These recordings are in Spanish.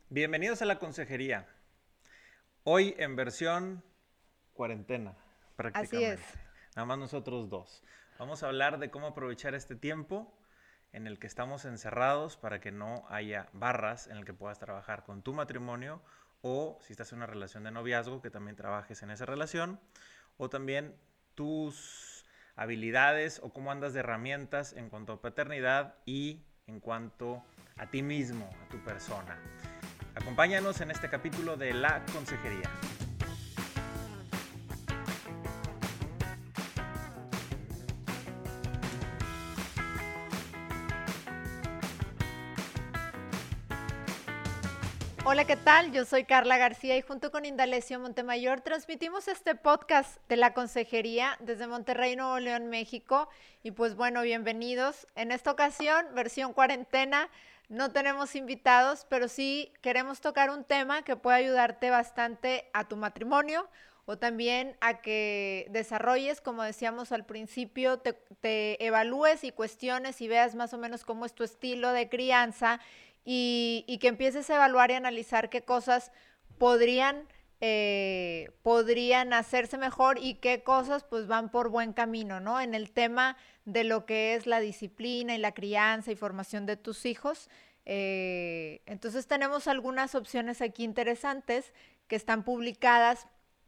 Bienvenidos a la consejería. Hoy en versión cuarentena, Así es. prácticamente. Nada más nosotros dos. Vamos a hablar de cómo aprovechar este tiempo en el que estamos encerrados para que no haya barras en el que puedas trabajar con tu matrimonio o si estás en una relación de noviazgo, que también trabajes en esa relación o también tus habilidades o cómo andas de herramientas en cuanto a paternidad y en cuanto a ti mismo, a tu persona. Acompáñanos en este capítulo de La Consejería. Hola, ¿qué tal? Yo soy Carla García y junto con Indalecio Montemayor transmitimos este podcast de la Consejería desde Monterrey, Nuevo León, México. Y pues bueno, bienvenidos. En esta ocasión, versión cuarentena, no tenemos invitados, pero sí queremos tocar un tema que puede ayudarte bastante a tu matrimonio o también a que desarrolles, como decíamos al principio, te evalúes y cuestiones y veas más o menos cómo es tu estilo de crianza y que empieces a evaluar y analizar qué cosas podrían, podrían hacerse mejor y qué cosas pues van por buen camino, ¿no? En el tema de lo que es la disciplina y la crianza y formación de tus hijos. Entonces tenemos algunas opciones aquí interesantes que están publicadas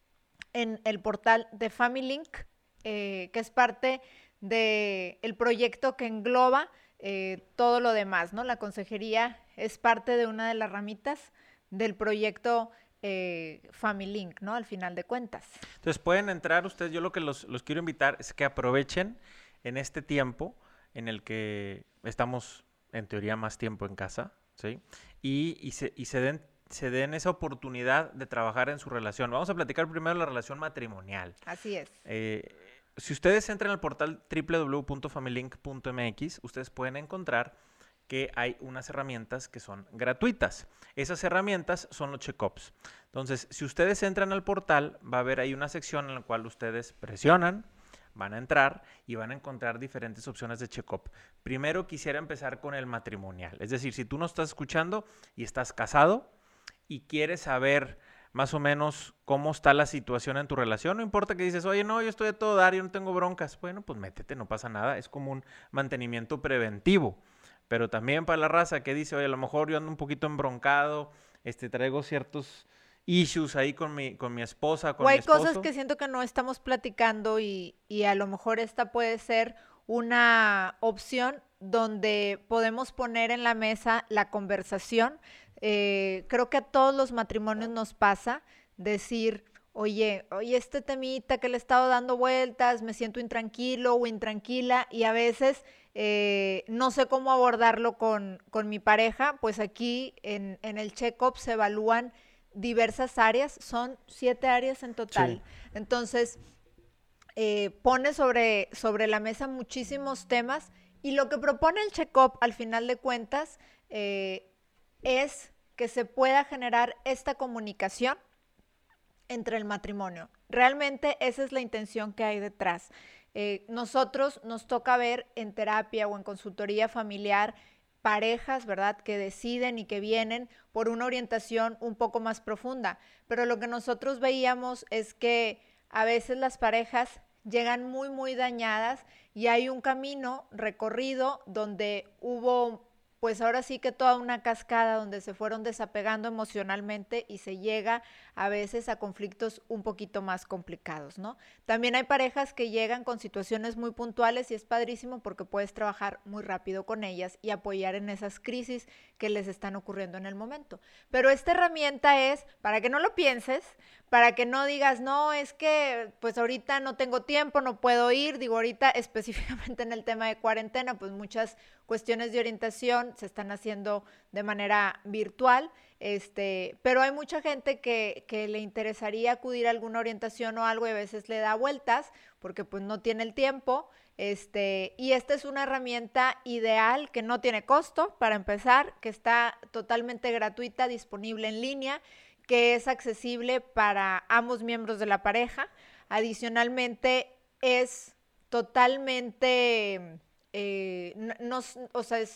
en el portal de FamilyLink, que es parte del proyecto que engloba todo lo demás, ¿no? La consejería es parte de una de las ramitas del proyecto FamilyLink, ¿no? Al final de cuentas. Entonces pueden entrar ustedes, yo lo que los quiero invitar es que aprovechen en este tiempo en el que estamos en teoría más tiempo en casa, ¿sí? Y se den esa oportunidad de trabajar en su relación. Vamos a platicar primero de la relación matrimonial. Así es. Si ustedes entran al portal www.familylink.mx, ustedes pueden encontrar que hay unas herramientas que son gratuitas. Esas herramientas son los check-ups. Entonces, si ustedes entran al portal, va a haber ahí una sección en la cual ustedes presionan, van a entrar y van a encontrar diferentes opciones de check-up. Primero quisiera empezar con el matrimonial. Es decir, si tú no estás escuchando y estás casado y quieres saber más o menos cómo está la situación en tu relación, no importa que dices, oye, no, yo estoy a todo dar, yo no tengo broncas. Bueno, pues métete, no pasa nada, es como un mantenimiento preventivo. Pero también para la raza que dice, oye, a lo mejor yo ando un poquito embroncado, traigo ciertos issues ahí con mi esposa, O con mi hay cosas esposo. que siento que no estamos platicando y a lo mejor esta puede ser una opción donde podemos poner en la mesa la conversación. Creo que a todos los matrimonios nos pasa decir, oye, este temita que le he estado dando vueltas, me siento intranquilo o intranquila y a veces no sé cómo abordarlo con mi pareja, pues aquí en el check-up se evalúan diversas áreas, son 7 áreas en Sí. total. Entonces, pone sobre la mesa muchísimos temas y lo que propone el check-up al final de cuentas es que se pueda generar esta comunicación entre el matrimonio. Realmente esa es la intención que hay detrás. Nosotros nos toca ver en terapia o en consultoría familiar parejas, ¿verdad?, que deciden y que vienen por una orientación un poco más profunda. Pero lo que nosotros veíamos es que a veces las parejas llegan muy, muy dañadas y hay un camino recorrido donde hubo, pues ahora sí que toda una cascada donde se fueron desapegando emocionalmente y se llega a veces a conflictos un poquito más complicados, ¿no? También hay parejas que llegan con situaciones muy puntuales y es padrísimo porque puedes trabajar muy rápido con ellas y apoyar en esas crisis que les están ocurriendo en el momento. Pero esta herramienta es para que no lo pienses, para que no digas, no, es que pues ahorita no tengo tiempo, no puedo ir, digo ahorita específicamente en el tema de cuarentena, pues muchas cuestiones de orientación se están haciendo de manera virtual, pero hay mucha gente que le interesaría acudir a alguna orientación o algo y a veces le da vueltas porque pues no tiene el tiempo, y esta es una herramienta ideal que no tiene costo para empezar, que está totalmente gratuita, disponible en línea, que es accesible para ambos miembros de la pareja. Adicionalmente, es totalmente, no, o sea,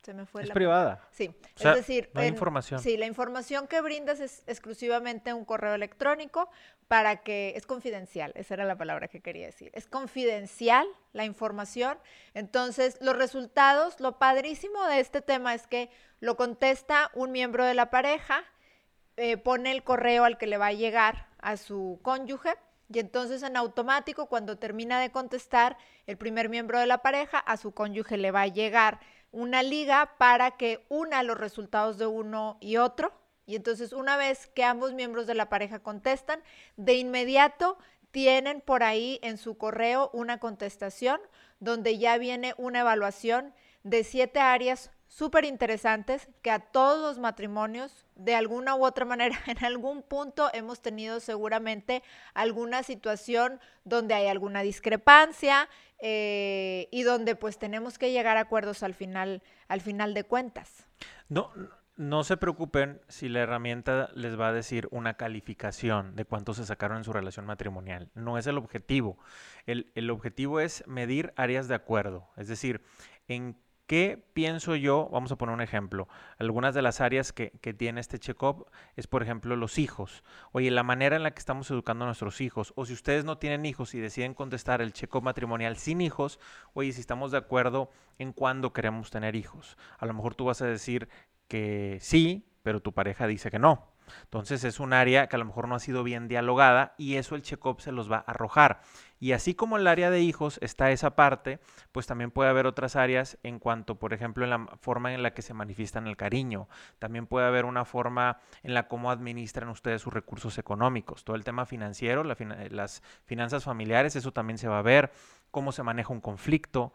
Se me fue Es la privada. Sí, O sea, es decir, no hay información. sí, la información que brindas es exclusivamente un correo electrónico para que, es confidencial, esa era la palabra que quería decir, es confidencial la información. Entonces, los resultados, lo padrísimo de este tema es que lo contesta un miembro de la pareja, pone el correo al que le va a llegar a su cónyuge y entonces en automático cuando termina de contestar el primer miembro de la pareja, a su cónyuge le va a llegar una liga para que una los resultados de uno y otro. Y entonces una vez que ambos miembros de la pareja contestan, de inmediato tienen por ahí en su correo una contestación donde ya viene una evaluación de 7 áreas súper interesantes que a todos los matrimonios, de alguna u otra manera, en algún punto hemos tenido seguramente alguna situación donde hay alguna discrepancia y donde pues tenemos que llegar a acuerdos al final de cuentas. No, no se preocupen si la herramienta les va a decir una calificación de cuánto se sacaron en su relación matrimonial. No es el objetivo. El objetivo es medir áreas de acuerdo. Es decir, en qué pienso yo, vamos a poner un ejemplo. Algunas de las áreas que tiene este check-up es, por ejemplo, los hijos. Oye, la manera en la que estamos educando a nuestros hijos. O si ustedes no tienen hijos y deciden contestar el check-up matrimonial sin hijos, oye, si estamos de acuerdo en cuándo queremos tener hijos. A lo mejor tú vas a decir que sí, pero tu pareja dice que no. Entonces es un área que a lo mejor no ha sido bien dialogada y eso el check-up se los va a arrojar. Y así como el área de hijos está esa parte, pues también puede haber otras áreas en cuanto, por ejemplo, en la forma en la que se manifiestan el cariño. También puede haber una forma en la cómo administran ustedes sus recursos económicos. Todo el tema financiero, las finanzas familiares, eso también se va a ver. Cómo se maneja un conflicto,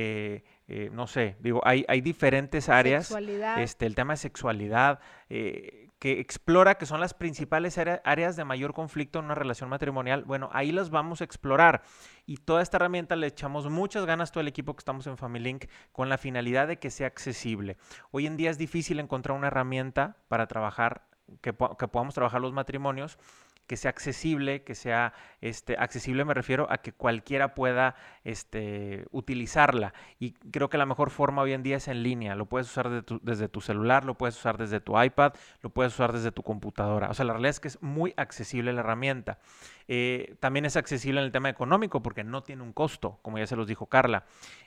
no sé, digo, hay diferentes áreas. Sexualidad. El tema de sexualidad, que explora, que son las principales áreas de mayor conflicto en una relación matrimonial. Bueno, ahí las vamos a explorar. Y toda esta herramienta le echamos muchas ganas todo el equipo que estamos en FamilyLink con la finalidad de que sea accesible. Hoy en día es difícil encontrar una herramienta para trabajar, que podamos trabajar los matrimonios, que sea accesible, accesible me refiero a que cualquiera pueda utilizarla. Y creo que la mejor forma hoy en día es en línea. Lo puedes usar desde tu celular, lo puedes usar desde tu iPad, lo puedes usar desde tu computadora. O sea, la realidad es que es muy accesible la herramienta. También es accesible en el tema económico porque no tiene un costo, como ya se los dijo Carla.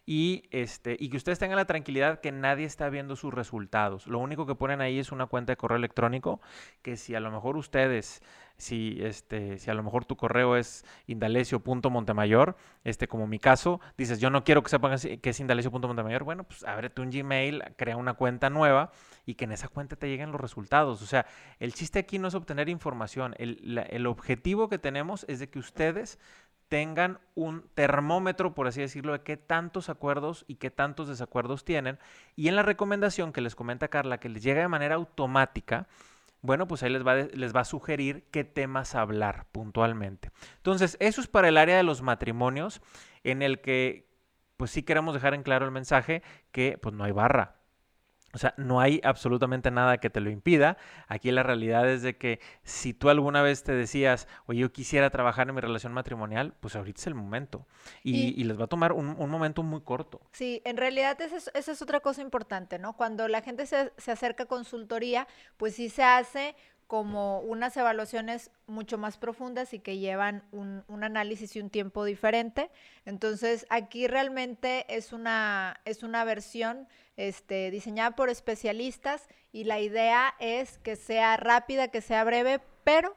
Y que ustedes tengan la tranquilidad que nadie está viendo sus resultados. Lo único que ponen ahí es una cuenta de correo electrónico que si a lo mejor ustedes, si a lo mejor tu correo es indalecio.montemayor, como mi caso, dices yo no quiero que sepan que es indalecio.montemayor, bueno, pues ábrete un Gmail, crea una cuenta nueva y que en esa cuenta te lleguen los resultados. O sea, el chiste aquí no es obtener información, el objetivo que tenemos es de que ustedes tengan un termómetro, por así decirlo, de qué tantos acuerdos y qué tantos desacuerdos tienen. Y en la recomendación que les comenta Carla, que les llega de manera automática, bueno, pues ahí les va a sugerir qué temas hablar puntualmente. Entonces, eso es para el área de los matrimonios, en el que, pues sí queremos dejar en claro el mensaje que, pues no hay barra. O sea, no hay absolutamente nada que te lo impida. Aquí la realidad es de que si tú alguna vez te decías, oye, yo quisiera trabajar en mi relación matrimonial, pues ahorita es el momento. Y les va a tomar un momento muy corto. Sí, en realidad esa es otra cosa importante, ¿no? Cuando la gente se acerca a consultoría, pues sí se hace como unas evaluaciones mucho más profundas y que llevan un análisis y un tiempo diferente. Entonces, aquí realmente es una versión diseñada por especialistas y la idea es que sea rápida, que sea breve, pero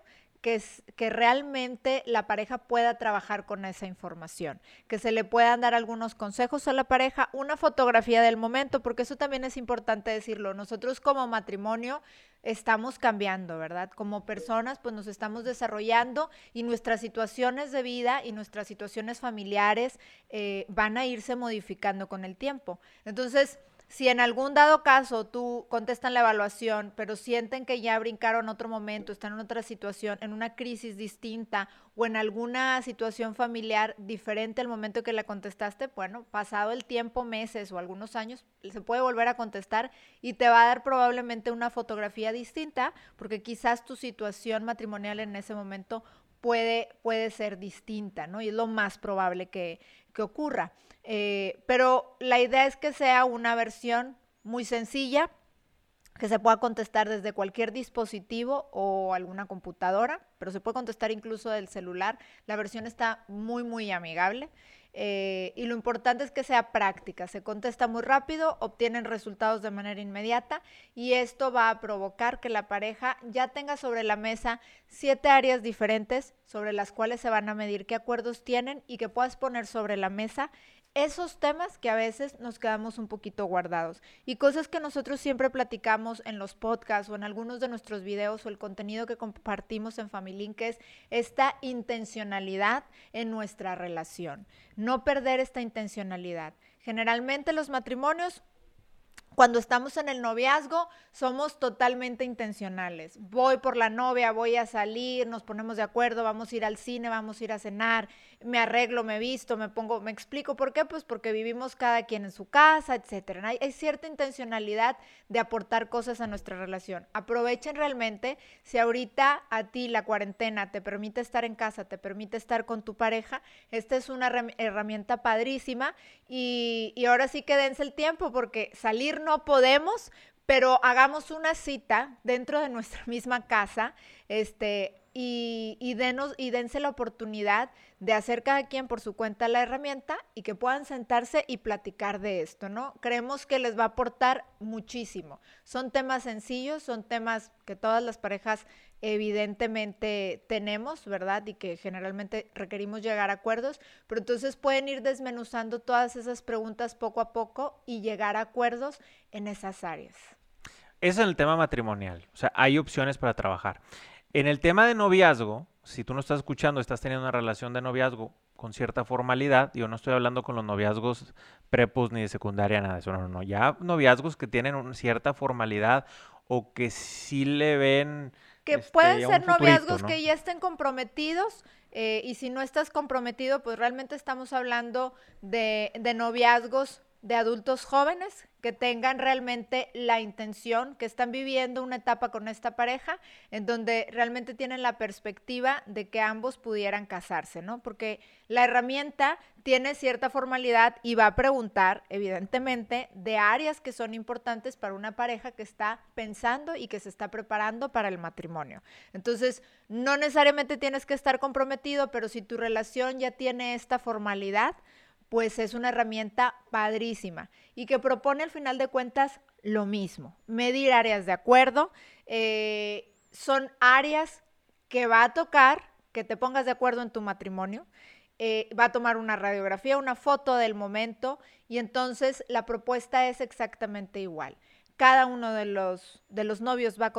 que realmente la pareja pueda trabajar con esa información, que se le puedan dar algunos consejos a la pareja, una fotografía del momento, porque eso también es importante decirlo. Nosotros como matrimonio estamos cambiando, ¿verdad? Como personas, pues nos estamos desarrollando y nuestras situaciones de vida y nuestras situaciones familiares van a irse modificando con el tiempo. Entonces, si en algún dado caso tú contestan la evaluación, pero sienten que ya brincaron otro momento, están en otra situación, en una crisis distinta o en alguna situación familiar diferente al momento que la contestaste, bueno, pasado el tiempo, meses o algunos años, se puede volver a contestar y te va a dar probablemente una fotografía distinta porque quizás tu situación matrimonial en ese momento puede ser distinta, ¿no? Y es lo más probable que ocurra. Pero la idea es que sea una versión muy sencilla, que se pueda contestar desde cualquier dispositivo o alguna computadora, pero se puede contestar incluso del celular. La versión está muy, muy amigable. Y lo importante es que sea práctica, se contesta muy rápido, obtienen resultados de manera inmediata y esto va a provocar que la pareja ya tenga sobre la mesa 7 áreas diferentes sobre las cuales se van a medir qué acuerdos tienen y que puedas poner sobre la mesa esos temas que a veces nos quedamos un poquito guardados y cosas que nosotros siempre platicamos en los podcasts o en algunos de nuestros videos o el contenido que compartimos en Family, que es esta intencionalidad en nuestra relación. No perder esta intencionalidad. Generalmente los matrimonios, cuando estamos en el noviazgo, somos totalmente intencionales. Voy por la novia, voy a salir, nos ponemos de acuerdo, vamos a ir al cine, vamos a ir a cenar, me arreglo, me visto, me pongo, me explico por qué, pues porque vivimos cada quien en su casa, etcétera. Hay cierta intencionalidad de aportar cosas a nuestra relación. Aprovechen realmente si ahorita a ti la cuarentena te permite estar en casa, te permite estar con tu pareja, esta es una herramienta padrísima y ahora sí que dense el tiempo porque salir no podemos, pero hagamos una cita dentro de nuestra misma casa, y dense la oportunidad de hacer cada quien por su cuenta la herramienta y que puedan sentarse y platicar de esto, ¿no? Creemos que les va a aportar muchísimo. Son temas sencillos, son temas que todas las parejas evidentemente tenemos, ¿verdad? Y que generalmente requerimos llegar a acuerdos, pero entonces pueden ir desmenuzando todas esas preguntas poco a poco y llegar a acuerdos en esas áreas. Eso en el tema matrimonial, o sea, hay opciones para trabajar. En el tema de noviazgo, si tú no estás escuchando, estás teniendo una relación de noviazgo con cierta formalidad, yo no estoy hablando con los noviazgos prepos ni de secundaria, nada de eso, no, ya noviazgos que tienen una cierta formalidad o que sí le ven que pueden ya ser un futurito, noviazgos, ¿no? que ya estén comprometidos, y si no estás comprometido, pues realmente estamos hablando de noviazgos de adultos jóvenes que tengan realmente la intención, que están viviendo una etapa con esta pareja en donde realmente tienen la perspectiva de que ambos pudieran casarse, ¿no? Porque la herramienta tiene cierta formalidad y va a preguntar, evidentemente, de áreas que son importantes para una pareja que está pensando y que se está preparando para el matrimonio. Entonces, no necesariamente tienes que estar comprometido, pero si tu relación ya tiene esta formalidad, pues es una herramienta padrísima y que propone al final de cuentas lo mismo, medir áreas de acuerdo, son áreas que va a tocar, que te pongas de acuerdo en tu matrimonio, va a tomar una radiografía, una foto del momento y entonces la propuesta es exactamente igual. Cada uno de los novios va a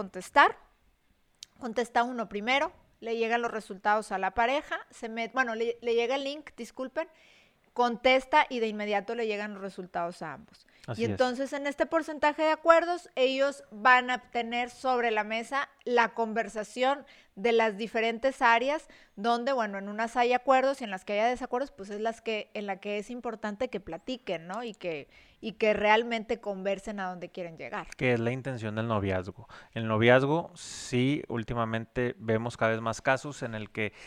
contesta uno primero, le llegan los resultados a la pareja, le llega el link, disculpen, contesta y de inmediato le llegan los resultados a ambos. Así y entonces en este porcentaje de acuerdos, ellos van a tener sobre la mesa la conversación de las diferentes áreas donde, bueno, en unas hay acuerdos y en las que haya desacuerdos, pues es en la que es importante que platiquen, ¿no? Y que realmente conversen a donde quieren llegar. Que es la intención del noviazgo. El noviazgo, sí, últimamente vemos cada vez más casos en el que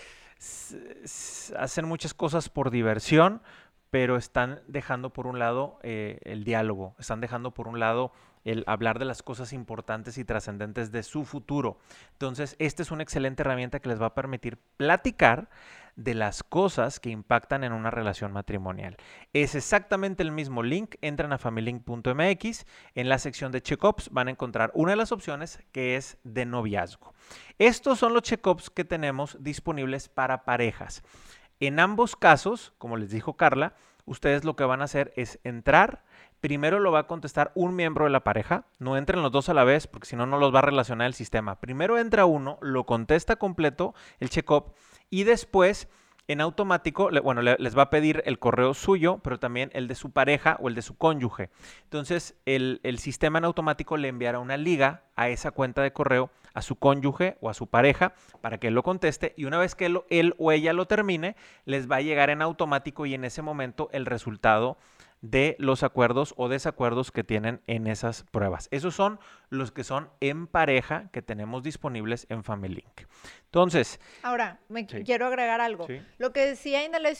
hacen muchas cosas por diversión, pero están dejando por un lado el diálogo, están dejando por un lado el hablar de las cosas importantes y trascendentes de su futuro. Entonces, esta es una excelente herramienta que les va a permitir platicar de las cosas que impactan en una relación matrimonial. Es exactamente el mismo link, entran a familylink.mx, en la sección de checkups van a encontrar una de las opciones que es de noviazgo. Estos son los checkups que tenemos disponibles para parejas. En ambos casos, como les dijo Carla, ustedes lo que van a hacer es entrar. Primero lo va a contestar un miembro de la pareja. No entren los dos a la vez porque si no, no los va a relacionar el sistema. Primero entra uno, lo contesta completo el check-up y después en automático, les va a pedir el correo suyo, pero también el de su pareja o el de su cónyuge. Entonces, el sistema en automático le enviará una liga a esa cuenta de correo a su cónyuge o a su pareja para que él lo conteste y una vez que él o ella lo termine, les va a llegar en automático y en ese momento el resultado de los acuerdos o desacuerdos que tienen en esas pruebas. Esos son los que son en pareja que tenemos disponibles en Family Link. Entonces, ahora, quiero agregar algo. Sí. Lo que decía Indalecio es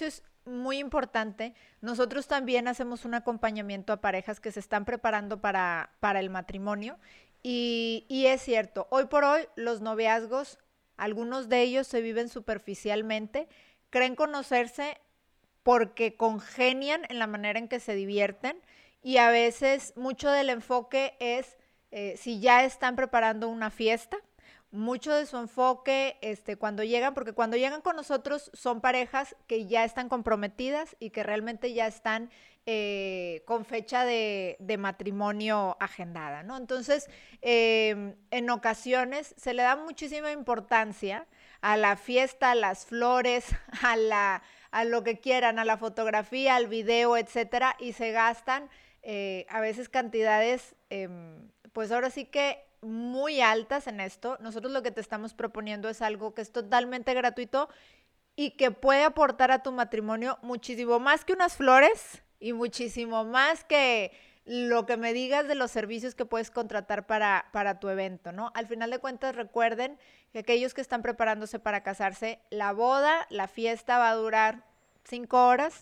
muy importante, nosotros también hacemos un acompañamiento a parejas que se están preparando para el matrimonio y es cierto, hoy por hoy los noviazgos, algunos de ellos se viven superficialmente, creen conocerse porque congenian en la manera en que se divierten y a veces mucho del enfoque es si ya están preparando una fiesta, mucho de su enfoque cuando llegan, porque cuando llegan con nosotros son parejas que ya están comprometidas y que realmente ya están con fecha de matrimonio agendada, ¿no? Entonces, en ocasiones se le da muchísima importancia a la fiesta, a las flores, a lo que quieran, a la fotografía, al video, etcétera, y se gastan a veces cantidades, pues ahora sí que muy altas en esto. Nosotros lo que te estamos proponiendo es algo que es totalmente gratuito y que puede aportar a tu matrimonio muchísimo más que unas flores y muchísimo más que lo que me digas de los servicios que puedes contratar para tu evento, ¿no? Al final de cuentas, recuerden que aquellos que están preparándose para casarse, la boda, la fiesta va a durar 5 horas,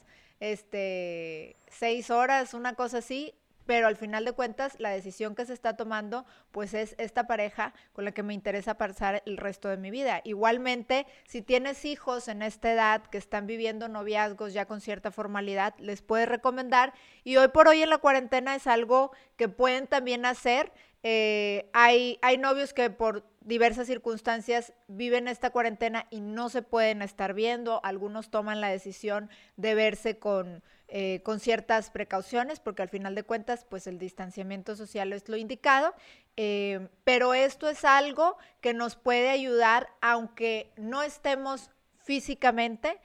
6 horas, una cosa así, pero al final de cuentas la decisión que se está tomando pues es esta pareja con la que me interesa pasar el resto de mi vida. Igualmente, si tienes hijos en esta edad que están viviendo noviazgos ya con cierta formalidad, les puedes recomendar y hoy por hoy en la cuarentena es algo que pueden también hacer. Hay novios que por diversas circunstancias viven esta cuarentena y no se pueden estar viendo, algunos toman la decisión de verse con ciertas precauciones, porque al final de cuentas, pues el distanciamiento social es lo indicado, pero esto es algo que nos puede ayudar, aunque no estemos físicamente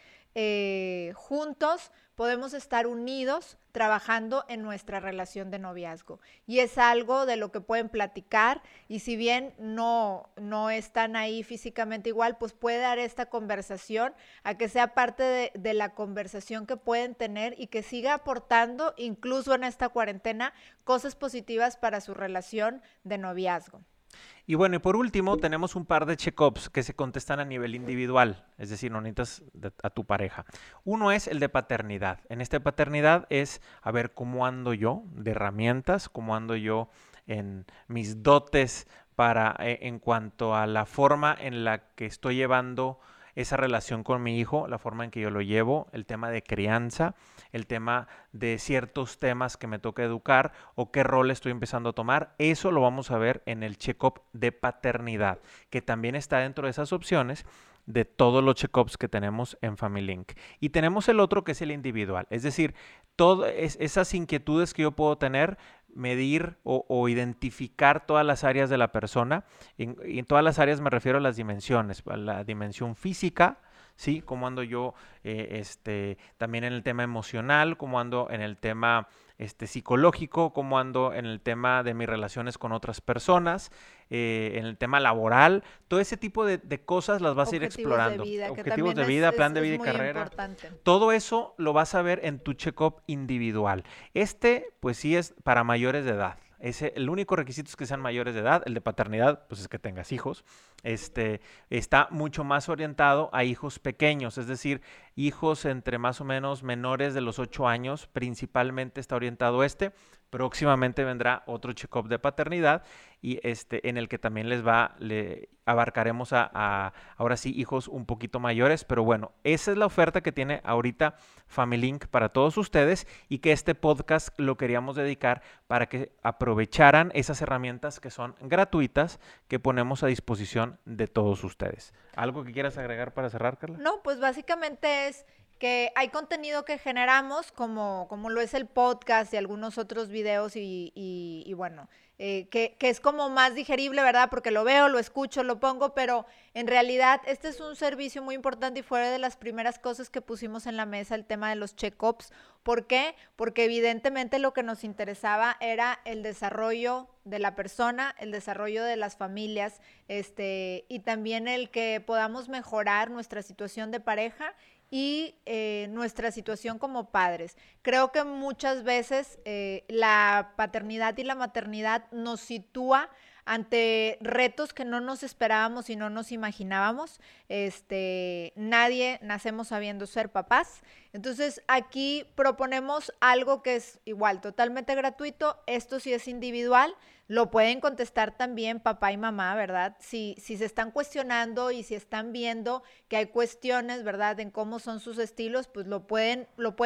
juntos, podemos estar unidos trabajando en nuestra relación de noviazgo. Y es algo de lo que pueden platicar y si bien no están ahí físicamente igual, pues puede dar esta conversación a que sea parte de la conversación que pueden tener y que siga aportando, incluso en esta cuarentena, cosas positivas para su relación de noviazgo. Y bueno, y por último, tenemos un par de check-ups que se contestan a nivel individual, es decir, no necesitas a tu pareja. Uno es el de paternidad. En esta paternidad es a ver cómo ando yo de herramientas, cómo ando yo en mis dotes para en cuanto a la forma en la que estoy llevando esa relación con mi hijo, la forma en que yo lo llevo, el tema de crianza, el tema de ciertos temas que me toca educar o qué rol estoy empezando a tomar. Eso lo vamos a ver en el check-up de paternidad, que también está dentro de esas opciones de todos los check-ups que tenemos en FamilyLink. Y tenemos el otro que es el individual, es decir, todas esas inquietudes que yo puedo tener, medir o identificar todas las áreas de la persona. Y en todas las áreas me refiero a las dimensiones, a la dimensión física, ¿sí? Cómo ando yo también en el tema emocional, cómo ando en el tema psicológico, cómo ando en el tema de mis relaciones con otras personas, en el tema laboral, todo ese tipo de cosas las vas a ir explorando. Objetivos de vida, plan de vida y carrera. Importante. Todo eso lo vas a ver en tu check-up individual. Pues sí es para mayores de edad. El único requisito es que sean mayores de edad. El de paternidad, pues es que tengas hijos. Está mucho más orientado a hijos pequeños, es decir, hijos entre más o menos menores de los 8 años, principalmente está orientado Próximamente vendrá otro check-up de paternidad y en el que también abarcaremos ahora sí hijos un poquito mayores, pero bueno, esa es la oferta que tiene ahorita FamilyLink para todos ustedes y que este podcast lo queríamos dedicar para que aprovecharan esas herramientas que son gratuitas que ponemos a disposición de todos ustedes. ¿Algo que quieras agregar para cerrar, Carla? No, pues básicamente es que hay contenido que generamos como lo es el podcast y algunos otros videos y bueno, que es como más digerible, ¿verdad? Porque lo veo, lo escucho, lo pongo, pero en realidad este es un servicio muy importante y fue de las primeras cosas que pusimos en la mesa el tema de los check-ups. ¿Por qué? Porque evidentemente lo que nos interesaba era el desarrollo de la persona, el desarrollo de las familias, y también el que podamos mejorar nuestra situación de pareja y nuestra situación como padres. Creo que muchas veces la paternidad y la maternidad nos sitúa ante retos que no nos esperábamos y no nos imaginábamos. Nadie nacemos sabiendo ser papás. Entonces, aquí proponemos algo que es igual, totalmente gratuito. Esto sí es individual. Lo pueden contestar también papá y mamá, ¿verdad? Si se están cuestionando y si están viendo que hay cuestiones, ¿verdad? En cómo son sus estilos, pues lo pueden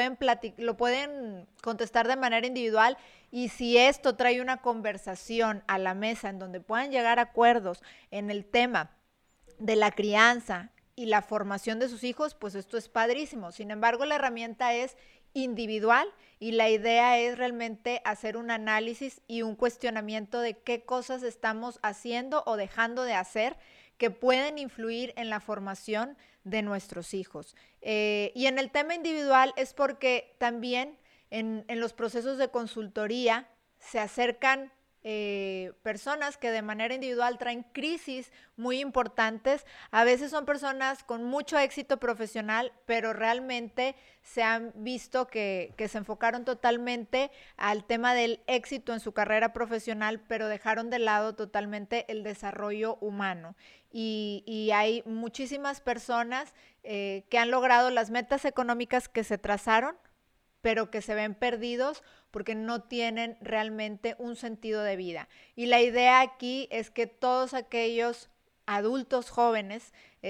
contestar de manera individual. Y si esto trae una conversación a la mesa en donde puedan llegar a acuerdos en el tema de la crianza y la formación de sus hijos, pues esto es padrísimo. Sin embargo, la herramienta es individual y la idea es realmente hacer un análisis y un cuestionamiento de qué cosas estamos haciendo o dejando de hacer que pueden influir en la formación de nuestros hijos. Y en el tema individual es porque también en los procesos de consultoría se acercan personas que de manera individual traen crisis muy importantes. A veces son personas con mucho éxito profesional, pero realmente se han visto que se enfocaron totalmente al tema del éxito en su carrera profesional, pero dejaron de lado totalmente el desarrollo humano. Y hay muchísimas personas que han logrado las metas económicas que se trazaron, pero que se ven perdidos porque no tienen realmente un sentido de vida. Y la idea aquí es que todos aquellos adultos jóvenes,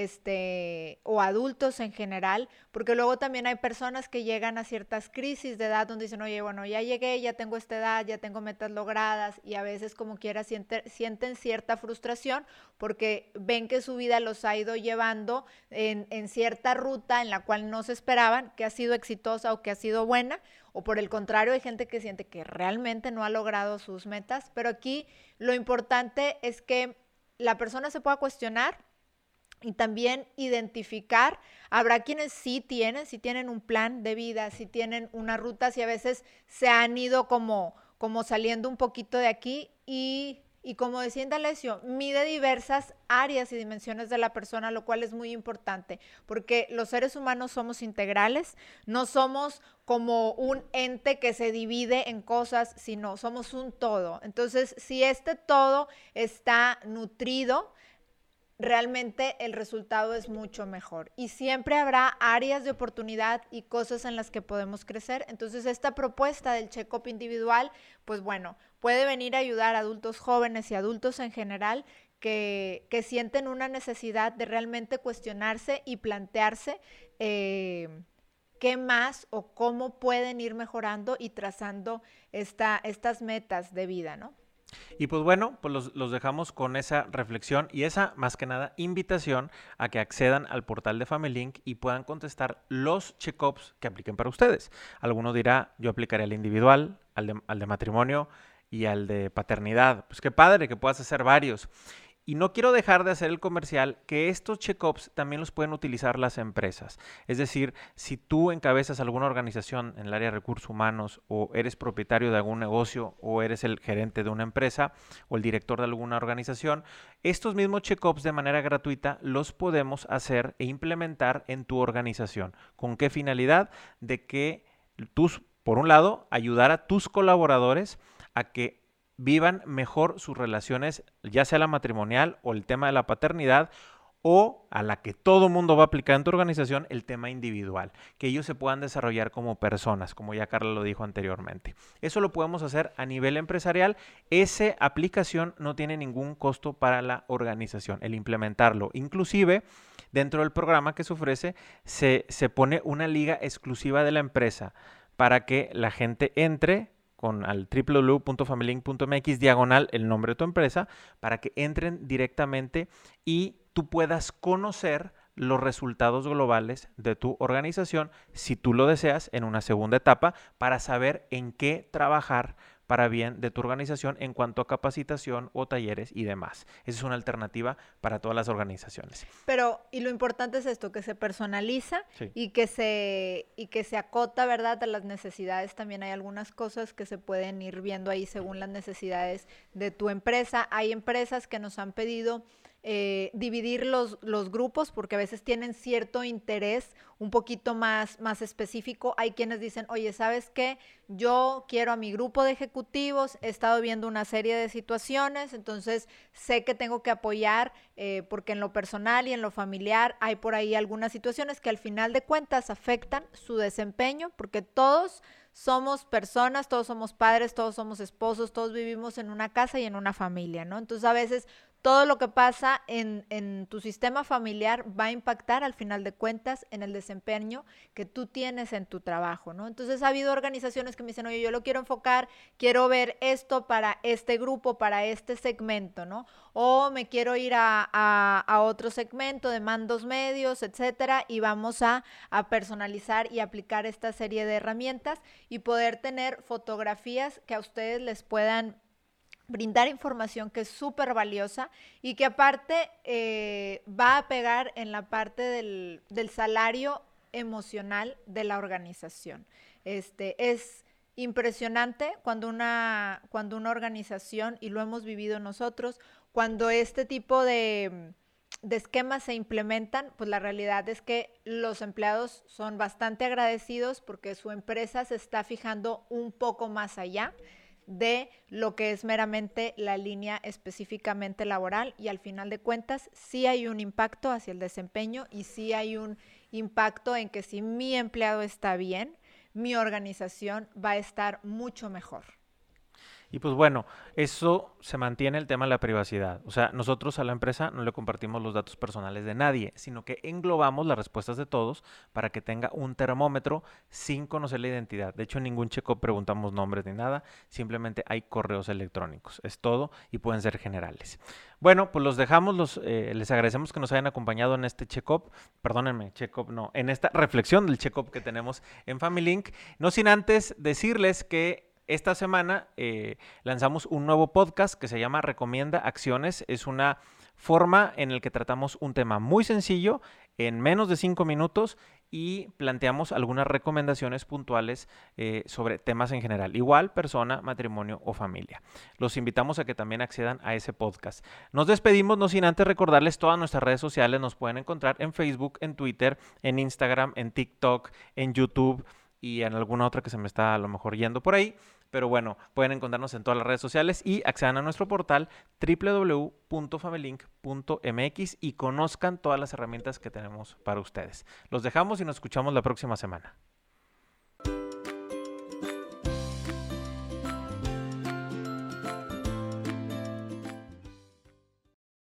o adultos en general, porque luego también hay personas que llegan a ciertas crisis de edad donde dicen, oye, bueno, ya llegué, ya tengo esta edad, ya tengo metas logradas, y a veces como quiera sienten cierta frustración porque ven que su vida los ha ido llevando en cierta ruta en la cual no se esperaban, que ha sido exitosa o que ha sido buena, o por el contrario hay gente que siente que realmente no ha logrado sus metas, pero aquí lo importante es que la persona se pueda cuestionar y también identificar. Habrá quienes sí tienen un plan de vida, sí tienen una ruta, si a veces se han ido como saliendo un poquito de aquí y como decía Indalecio, mide diversas áreas y dimensiones de la persona, lo cual es muy importante, porque los seres humanos somos integrales, no somos como un ente que se divide en cosas, sino somos un todo. Entonces, si este todo está nutrido, realmente el resultado es mucho mejor. Y siempre habrá áreas de oportunidad y cosas en las que podemos crecer. Entonces, esta propuesta del check-up individual, pues bueno, puede venir a ayudar a adultos jóvenes y adultos en general que sienten una necesidad de realmente cuestionarse y plantearse qué más o cómo pueden ir mejorando y trazando estas metas de vida, ¿no? Y pues bueno, pues los dejamos con esa reflexión y esa, más que nada, invitación a que accedan al portal de FamilyLink y puedan contestar los check-ups que apliquen para ustedes. Alguno dirá, yo aplicaré al individual, al de matrimonio y al de paternidad. Pues qué padre que puedas hacer varios. Y no quiero dejar de hacer el comercial que estos check-ups también los pueden utilizar las empresas. Es decir, si tú encabezas alguna organización en el área de recursos humanos o eres propietario de algún negocio o eres el gerente de una empresa o el director de alguna organización, estos mismos check-ups de manera gratuita los podemos hacer e implementar en tu organización. ¿Con qué finalidad? De que tú, por un lado, ayudar a tus colaboradores a que vivan mejor sus relaciones, ya sea la matrimonial o el tema de la paternidad, o a la que todo mundo va a aplicar en tu organización, el tema individual, que ellos se puedan desarrollar como personas, como ya Carla lo dijo anteriormente. Eso lo podemos hacer a nivel empresarial. Esa aplicación no tiene ningún costo para la organización, el implementarlo. Inclusive, dentro del programa que se ofrece, se pone una liga exclusiva de la empresa para que la gente entre al www.familylink.mx / el nombre de tu empresa, para que entren directamente y tú puedas conocer los resultados globales de tu organización, si tú lo deseas, en una segunda etapa, para saber en qué trabajar para bien de tu organización en cuanto a capacitación o talleres y demás. Esa es una alternativa para todas las organizaciones. Pero, y lo importante es esto, que se personaliza, sí, y que se acota, ¿verdad?, a las necesidades. También hay algunas cosas que se pueden ir viendo ahí según las necesidades de tu empresa. Hay empresas que nos han pedido dividir los grupos, porque a veces tienen cierto interés un poquito más específico. Hay quienes dicen, oye, ¿sabes qué? Yo quiero a mi grupo de ejecutivos, he estado viendo una serie de situaciones, entonces sé que tengo que apoyar porque en lo personal y en lo familiar hay por ahí algunas situaciones que al final de cuentas afectan su desempeño, porque todos somos personas, todos somos padres, todos somos esposos, todos vivimos en una casa y en una familia, ¿no? Entonces a veces todo lo que pasa en tu sistema familiar va a impactar al final de cuentas en el desempeño que tú tienes en tu trabajo, ¿no? Entonces ha habido organizaciones que me dicen, oye, yo lo quiero enfocar, quiero ver esto para este grupo, para este segmento, ¿no? O me quiero ir a otro segmento de mandos medios, etcétera, y vamos a personalizar y aplicar esta serie de herramientas y poder tener fotografías que a ustedes les puedan brindar información que es súper valiosa y que aparte va a pegar en la parte del salario emocional de la organización. Es impresionante cuando una organización, y lo hemos vivido nosotros, cuando este tipo de esquemas se implementan, pues la realidad es que los empleados son bastante agradecidos porque su empresa se está fijando un poco más allá de lo que es meramente la línea específicamente laboral, y al final de cuentas sí hay un impacto hacia el desempeño y sí hay un impacto en que si mi empleado está bien, mi organización va a estar mucho mejor. Y pues bueno, eso se mantiene el tema de la privacidad. O sea, nosotros a la empresa no le compartimos los datos personales de nadie, sino que englobamos las respuestas de todos para que tenga un termómetro sin conocer la identidad. De hecho, en ningún check-up preguntamos nombres ni nada, simplemente hay correos electrónicos. Es todo y pueden ser generales. Bueno, pues los dejamos, les agradecemos que nos hayan acompañado en este check-up, perdónenme, check-up no, en esta reflexión del check-up que tenemos en Family Link. No sin antes decirles que esta semana lanzamos un nuevo podcast que se llama Recomienda Acciones. Es una forma en la que tratamos un tema muy sencillo en menos de 5 minutos y planteamos algunas recomendaciones puntuales sobre temas en general. Igual, persona, matrimonio o familia. Los invitamos a que también accedan a ese podcast. Nos despedimos, no sin antes recordarles todas nuestras redes sociales. Nos pueden encontrar en Facebook, en Twitter, en Instagram, en TikTok, en YouTube y en alguna otra que se me está a lo mejor yendo por ahí. Pero bueno, pueden encontrarnos en todas las redes sociales y accedan a nuestro portal www.familylink.mx y conozcan todas las herramientas que tenemos para ustedes. Los dejamos y nos escuchamos la próxima semana.